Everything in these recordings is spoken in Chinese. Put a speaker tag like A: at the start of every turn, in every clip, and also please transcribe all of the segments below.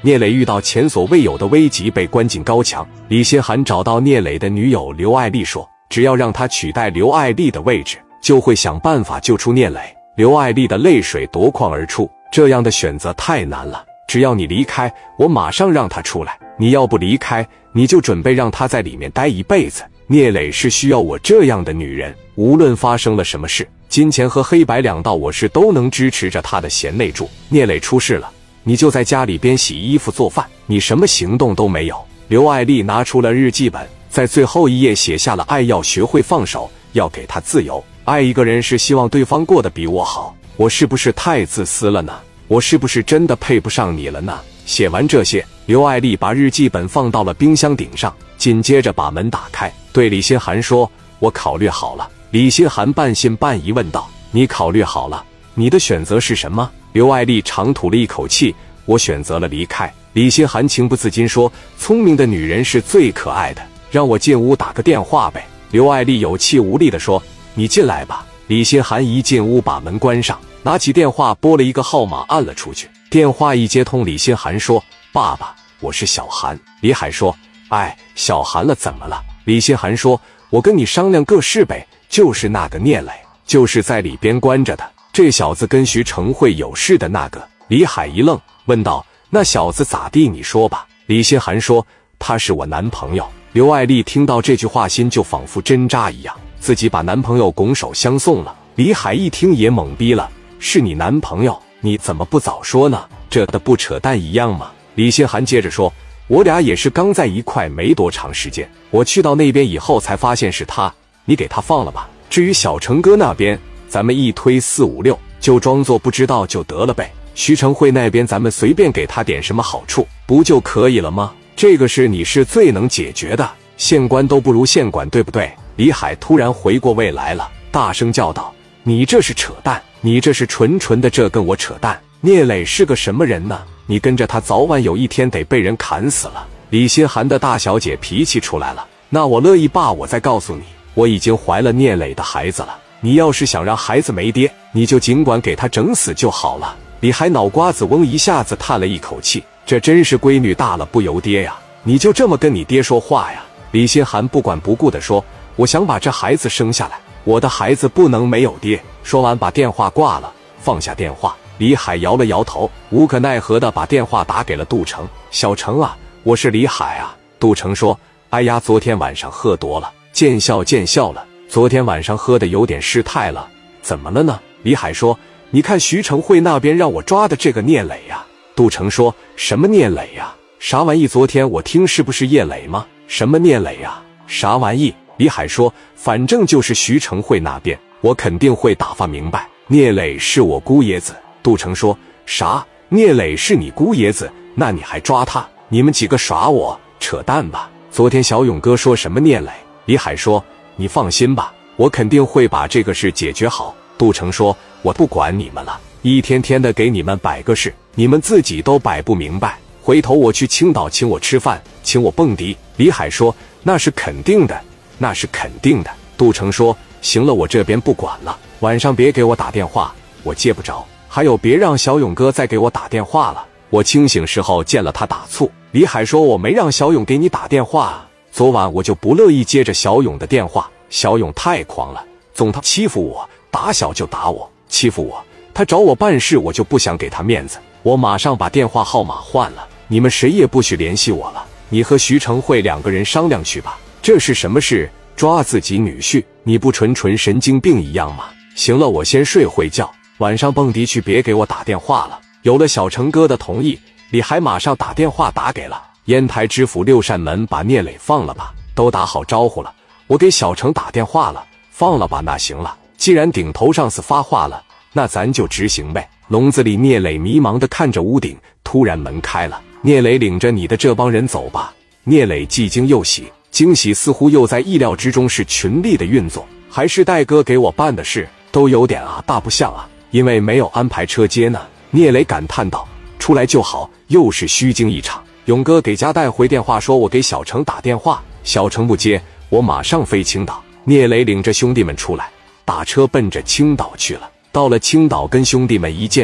A: 聂磊遇到前所未有的危急，被关进高墙。李新寒找到聂磊的女友刘爱丽说，只要让他取代刘爱丽的位置，就会想办法救出聂磊。刘爱丽的泪水夺眶而出，这样的选择太难了，只要你离开，我马上让他出来，你要不离开，你就准备让他在里面待一辈子。聂磊是需要我这样的女人，无论发生了什么事，金钱和黑白两道我是都能支持着他的贤内助。聂磊出事了，你就在家里边洗衣服做饭，你什么行动都没有。刘爱丽拿出了日记本，在最后一页写下了爱要学会放手，要给他自由。爱一个人是希望对方过得比我好，我是不是太自私了呢？我是不是真的配不上你了呢？写完这些，刘爱丽把日记本放到了冰箱顶上，紧接着把门打开，对李新寒说，我考虑好了。李新寒半信半疑问道，你考虑好了？你的选择是什么？刘爱丽长吐了一口气，我选择了离开。李新寒情不自禁说，聪明的女人是最可爱的，让我进屋打个电话呗。刘爱丽有气无力地说，你进来吧。李新寒一进屋把门关上，拿起电话拨了一个号码按了出去。电话一接通，李新寒说，爸爸，我是小寒。李海说，哎，小寒了，怎么了？李新寒说，我跟你商量个事呗，就是那个聂磊，就是在里边关着的，这小子跟徐成会有事的那个。李海一愣，问道，那小子咋地？你说吧。李新寒说，他是我男朋友。刘爱丽听到这句话，心就仿佛针扎一样，自己把男朋友拱手相送了。李海一听也懵逼了，是你男朋友，你怎么不早说呢？这的不扯淡一样吗？李新寒接着说，我俩也是刚在一块没多长时间，我去到那边以后才发现是他，你给他放了吧。至于小成哥那边，咱们一推四五六，就装作不知道就得了呗。徐成会那边咱们随便给他点什么好处，不就可以了吗？这个事你是最能解决的，县官都不如县管，对不对？李海突然回过味来了，大声叫道，你这是扯淡，你这是纯纯的这跟我扯淡。聂磊是个什么人呢？你跟着他早晚有一天得被人砍死了。李新寒的大小姐脾气出来了，那我乐意爸，我再告诉你，我已经怀了聂磊的孩子了，你要是想让孩子没爹，你就尽管给他整死就好了。李海脑瓜子嗡一下子叹了一口气，这真是闺女大了不由爹呀，你就这么跟你爹说话呀？李新寒不管不顾地说，我想把这孩子生下来，我的孩子不能没有爹。说完把电话挂了，放下电话。李海摇了摇头，无可奈何地把电话打给了杜成。小成啊，我是李海啊。杜成说，哎呀，昨天晚上喝多了，见笑见笑了，昨天晚上喝的有点失态了，怎么了呢？李海说，你看徐成会那边让我抓的这个聂磊呀。杜成说，什么聂磊呀？啥玩意？昨天我听是不是叶磊吗？什么聂磊呀？啥玩意？李海说，反正就是徐成会那边，我肯定会打发明白，聂磊是我姑爷子。杜成说，啥？聂磊是你姑爷子？那你还抓他？你们几个耍我？扯淡吧！昨天小勇哥说什么聂磊？李海说，你放心吧，我肯定会把这个事解决好。杜成说，我不管你们了，一天天的给你们摆个事，你们自己都摆不明白，回头我去青岛请我吃饭，请我蹦迪。李海说，那是肯定的，那是肯定的。杜成说，行了，我这边不管了，晚上别给我打电话，我接不着，还有别让小勇哥再给我打电话了，我清醒时候见了他打醋。李海说，我没让小勇给你打电话，昨晚我就不乐意接着小勇的电话，小勇太狂了，总他欺负我，打小就打我，欺负我，他找我办事我就不想给他面子，我马上把电话号码换了，你们谁也不许联系我了，你和徐成会两个人商量去吧。这是什么事？抓自己女婿，你不纯神经病一样吗？行了，我先睡会觉，晚上蹦迪去，别给我打电话了。有了小成哥的同意，李海马上打电话打给了烟台知府六扇门，把聂磊放了吧，都打好招呼了，我给小成打电话了，放了吧。那行了，既然顶头上司发话了，那咱就执行呗。笼子里聂磊迷茫地看着屋顶，突然门开了，聂磊领着你的这帮人走吧。聂磊既惊又喜，惊喜似乎又在意料之中，是群力的运作，还是戴哥给我办的事，都有点大不像啊，因为没有安排车接呢。聂磊感叹道，出来就好，又是虚惊一场。勇哥给家带回电话说，我给小成打电话，小成不接，我马上飞青岛。聂磊领着兄弟们出来，打车奔着青岛去了。到了青岛跟兄弟们一见面，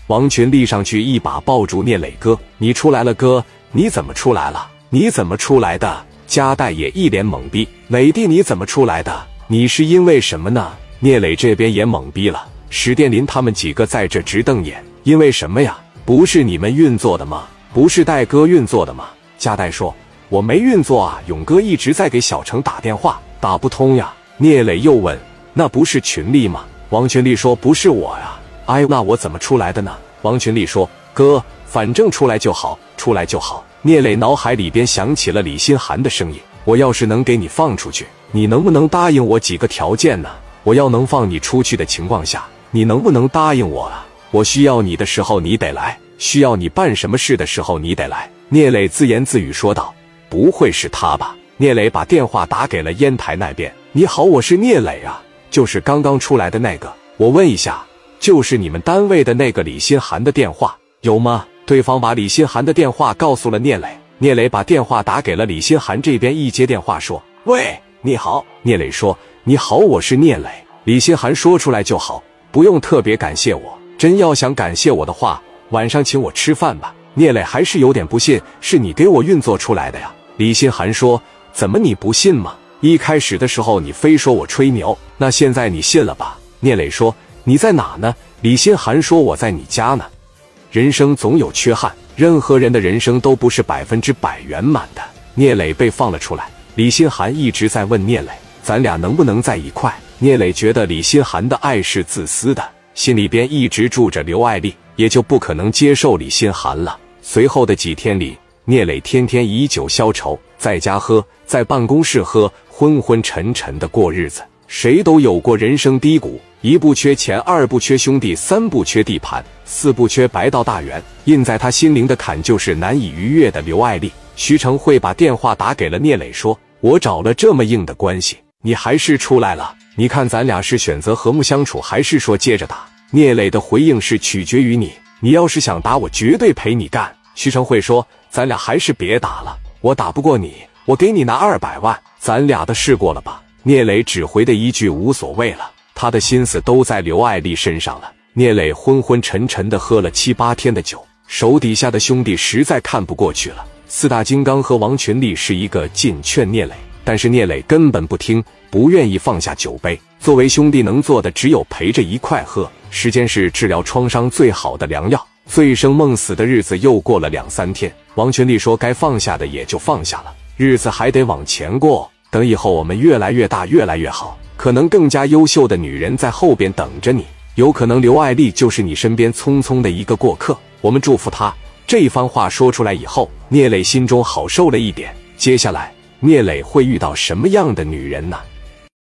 A: 王群立上去一把抱住聂磊哥：“你出来了哥，你怎么出来了？你怎么出来的？”加代也一脸懵逼：“磊弟你怎么出来的？你是因为什么呢？”聂磊这边也懵逼了。史殿林他们几个在这直瞪眼：“因为什么呀？不是你们运作的吗？不是戴哥运作的吗？”加代说：“我没运作啊，勇哥一直在给小程打电话，打不通呀。”聂磊又问：“那不是群力吗？”王群力说：“不是我呀。”哎，那我怎么出来的呢？王群力说：“哥，反正出来就好，出来就好。”聂磊脑海里边响起了李心寒的声音：“我要是能给你放出去，你能不能答应我几个条件呢？我要能放你出去的情况下，你能不能答应我啊？我需要你的时候你得来，需要你办什么事的时候你得来。”聂磊自言自语说道：“不会是他吧？”聂磊把电话打给了烟台那边：“你好，我是聂磊啊，就是刚刚出来的那个。我问一下，就是你们单位的那个李心寒的电话有吗？”对方把李心寒的电话告诉了聂磊。聂磊把电话打给了李心寒这边，一接电话说：“喂，你好。”聂磊说：“你好，我是聂磊。”李心寒说出来就好，不用特别感谢我，真要想感谢我的话，晚上请我吃饭吧。聂磊还是有点不信，是你给我运作出来的呀。李心寒说：“怎么你不信吗？一开始的时候你非说我吹牛，那现在你信了吧？”聂磊说：“你在哪呢？”李心寒说：“我在你家呢。”人生总有缺憾，任何人的人生都不是100%圆满的。聂磊被放了出来，李心寒一直在问聂磊：“咱俩能不能在一块？”聂磊觉得李心寒的爱是自私的，心里边一直住着刘爱丽，也就不可能接受李心寒了。随后的几天里，聂磊天天以酒消愁，在家喝，在办公室喝，昏昏沉沉的过日子。谁都有过人生低谷，一不缺钱，二不缺兄弟，三不缺地盘，四不缺白道大员。印在他心灵的坎就是难以逾越的刘爱丽。徐成会把电话打给了聂磊，说：“我找了这么硬的关系，你还是出来了，你看咱俩是选择和睦相处，还是说接着打？”聂磊的回应是：“取决于你，你要是想打，我绝对陪你干。”徐成会说：“咱俩还是别打了，我打不过你，我给你拿200万，咱俩的试过了吧？”聂磊只回的一句：“无所谓了。”他的心思都在刘爱丽身上了。聂磊昏昏沉沉的喝了7、8天的酒，手底下的兄弟实在看不过去了。四大金刚和王群力是一个劲劝聂磊，但是聂磊根本不听，不愿意放下酒杯。作为兄弟能做的只有陪着一块喝。时间是治疗创伤最好的良药。醉生梦死的日子又过了2、3天，王群力说该放下的也就放下了，日子还得往前过。等以后我们越来越大，越来越好，可能更加优秀的女人在后边等着你，有可能刘爱丽就是你身边匆匆的一个过客，我们祝福她。这番话说出来以后，聂磊心中好受了一点。接下来，聂磊会遇到什么样的女人呢？